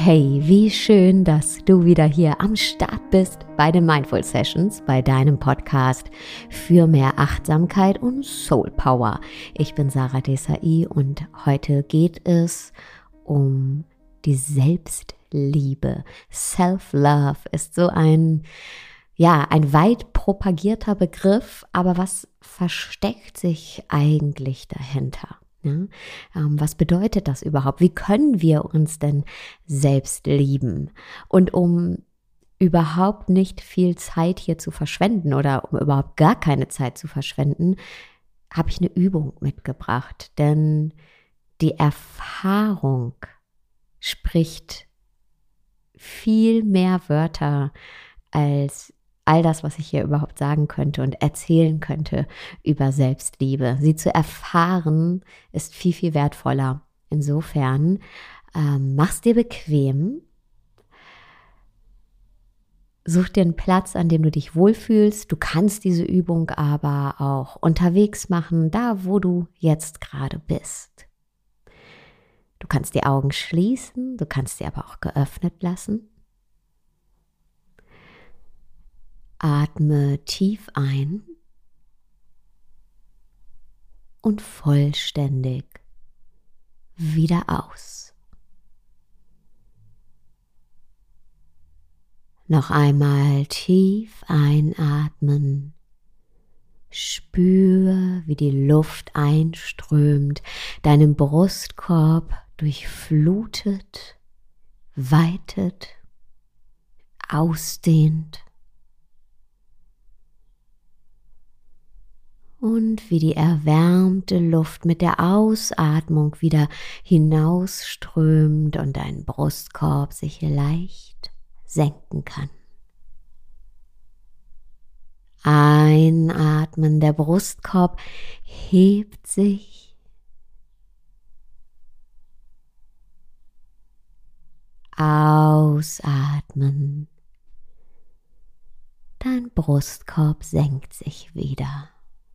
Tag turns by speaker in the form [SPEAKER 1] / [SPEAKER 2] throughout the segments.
[SPEAKER 1] Hey, wie schön, dass du wieder hier am Start bist bei den Mindful Sessions, bei deinem Podcast für mehr Achtsamkeit und Soul Power. Ich bin Sarah Desai und heute geht es um die Selbstliebe. Self-Love ist so ein weit propagierter Begriff, aber was versteckt sich eigentlich dahinter? Ja, was bedeutet das überhaupt? Wie können wir uns denn selbst lieben? Und um überhaupt nicht viel Zeit hier zu verschwenden oder um überhaupt gar keine Zeit zu verschwenden, habe ich eine Übung mitgebracht. Denn die Erfahrung spricht viel mehr Wörter als all das, was ich hier überhaupt sagen könnte und erzählen könnte über Selbstliebe. Sie zu erfahren, ist viel, viel wertvoller. Insofern, mach's dir bequem. Such dir einen Platz, an dem du dich wohlfühlst. Du kannst diese Übung aber auch unterwegs machen, da wo du jetzt gerade bist. Du kannst die Augen schließen, du kannst sie aber auch geöffnet lassen. Atme tief ein und vollständig wieder aus. Noch einmal tief einatmen. Spür, wie die Luft einströmt, deinen Brustkorb durchflutet, weitet, ausdehnt. Und wie die erwärmte Luft mit der Ausatmung wieder hinausströmt und dein Brustkorb sich leicht senken kann. Einatmen, der Brustkorb hebt sich. Ausatmen, dein Brustkorb senkt sich wieder.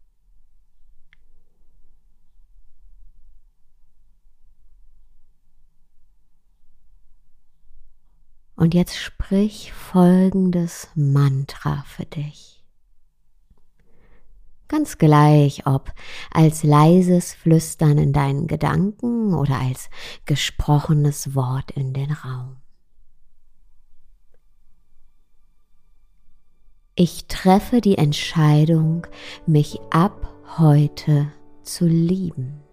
[SPEAKER 1] Und jetzt sprich folgendes Mantra für dich. Ganz gleich, ob als leises Flüstern in deinen Gedanken oder als gesprochenes Wort in den Raum. Ich treffe die Entscheidung, mich ab heute zu lieben.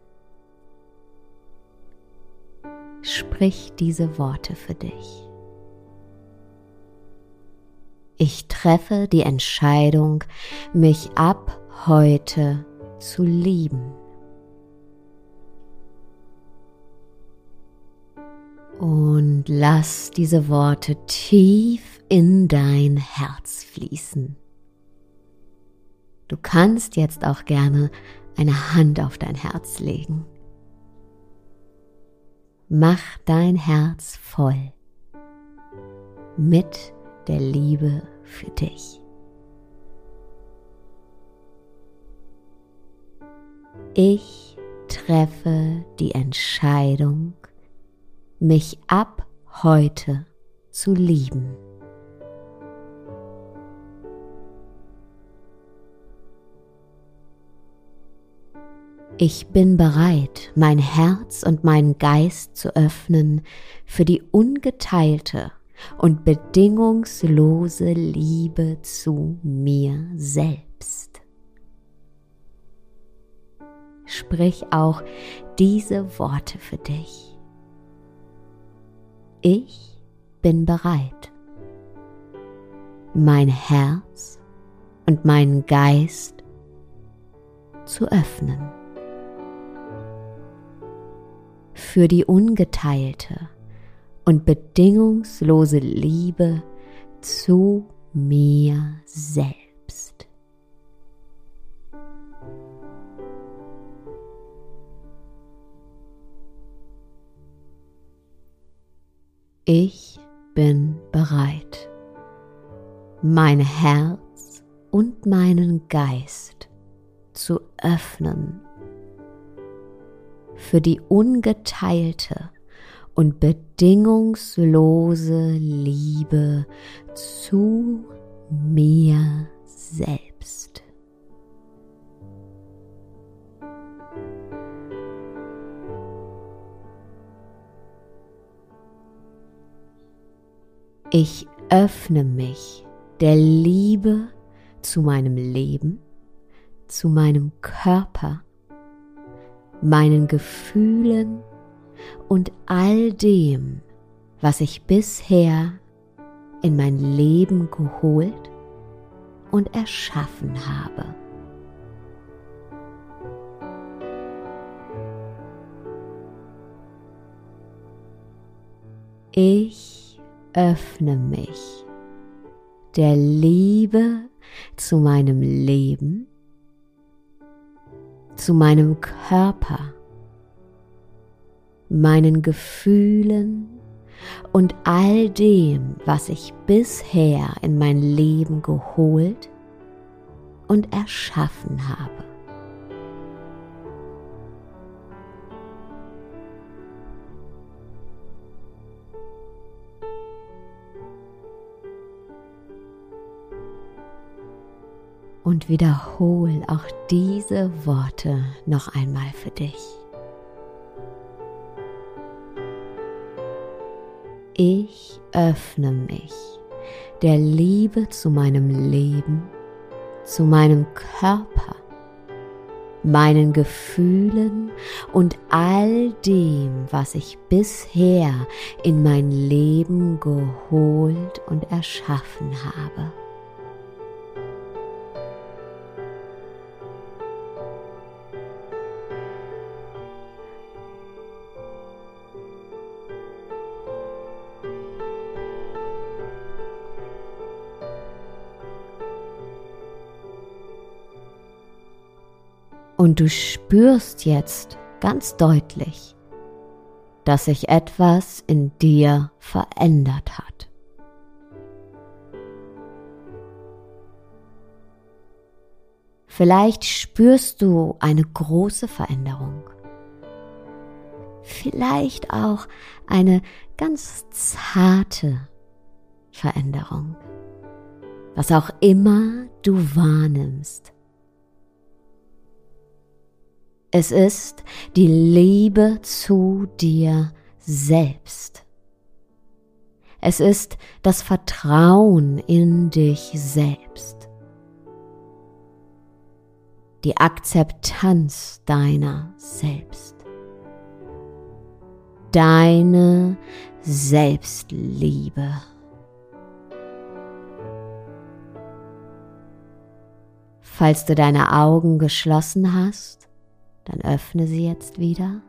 [SPEAKER 1] Sprich diese Worte für dich. Ich treffe die Entscheidung, mich ab heute zu lieben. Und lass diese Worte tief in dein Herz fließen. Du kannst jetzt auch gerne eine Hand auf dein Herz legen. Mach dein Herz voll mit der Liebe für dich. Ich treffe die Entscheidung, mich ab heute zu lieben. Ich bin bereit, mein Herz und meinen Geist zu öffnen für die ungeteilte und bedingungslose Liebe zu mir selbst. Sprich auch diese Worte für dich. Ich bin bereit, mein Herz und meinen Geist zu öffnen für die ungeteilte und bedingungslose Liebe zu mir selbst. Ich bin bereit, mein Herz und meinen Geist zu öffnen für die ungeteilte und bedingungslose Liebe zu mir selbst. Ich öffne mich der Liebe zu meinem Leben, zu meinem Körper, meinen Gefühlen und all dem, was ich bisher in mein Leben geholt und erschaffen habe. Ich öffne mich der Liebe zu meinem Leben, zu meinem Körper, meinen Gefühlen und all dem, was ich bisher in mein Leben geholt und erschaffen habe. Und wiederhol auch diese Worte noch einmal für dich. Ich öffne mich der Liebe zu meinem Leben, zu meinem Körper, meinen Gefühlen und all dem, was ich bisher in mein Leben geholt und erschaffen habe. Und du spürst jetzt ganz deutlich, dass sich etwas in dir verändert hat. Vielleicht spürst du eine große Veränderung. Vielleicht auch eine ganz zarte Veränderung. Was auch immer du wahrnimmst. Es ist die Liebe zu dir selbst. Es ist das Vertrauen in dich selbst. Die Akzeptanz deiner selbst. Deine Selbstliebe. Falls du deine Augen geschlossen hast, dann öffne sie jetzt wieder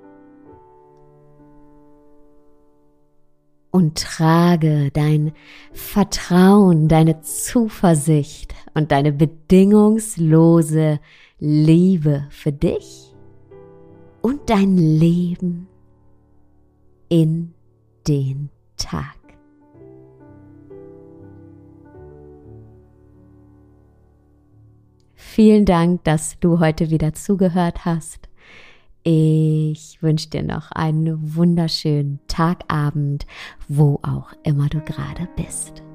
[SPEAKER 1] und trage dein Vertrauen, deine Zuversicht und deine bedingungslose Liebe für dich und dein Leben in den Tag. Vielen Dank, dass du heute wieder zugehört hast. Ich wünsche dir noch einen wunderschönen Tagabend, wo auch immer du gerade bist.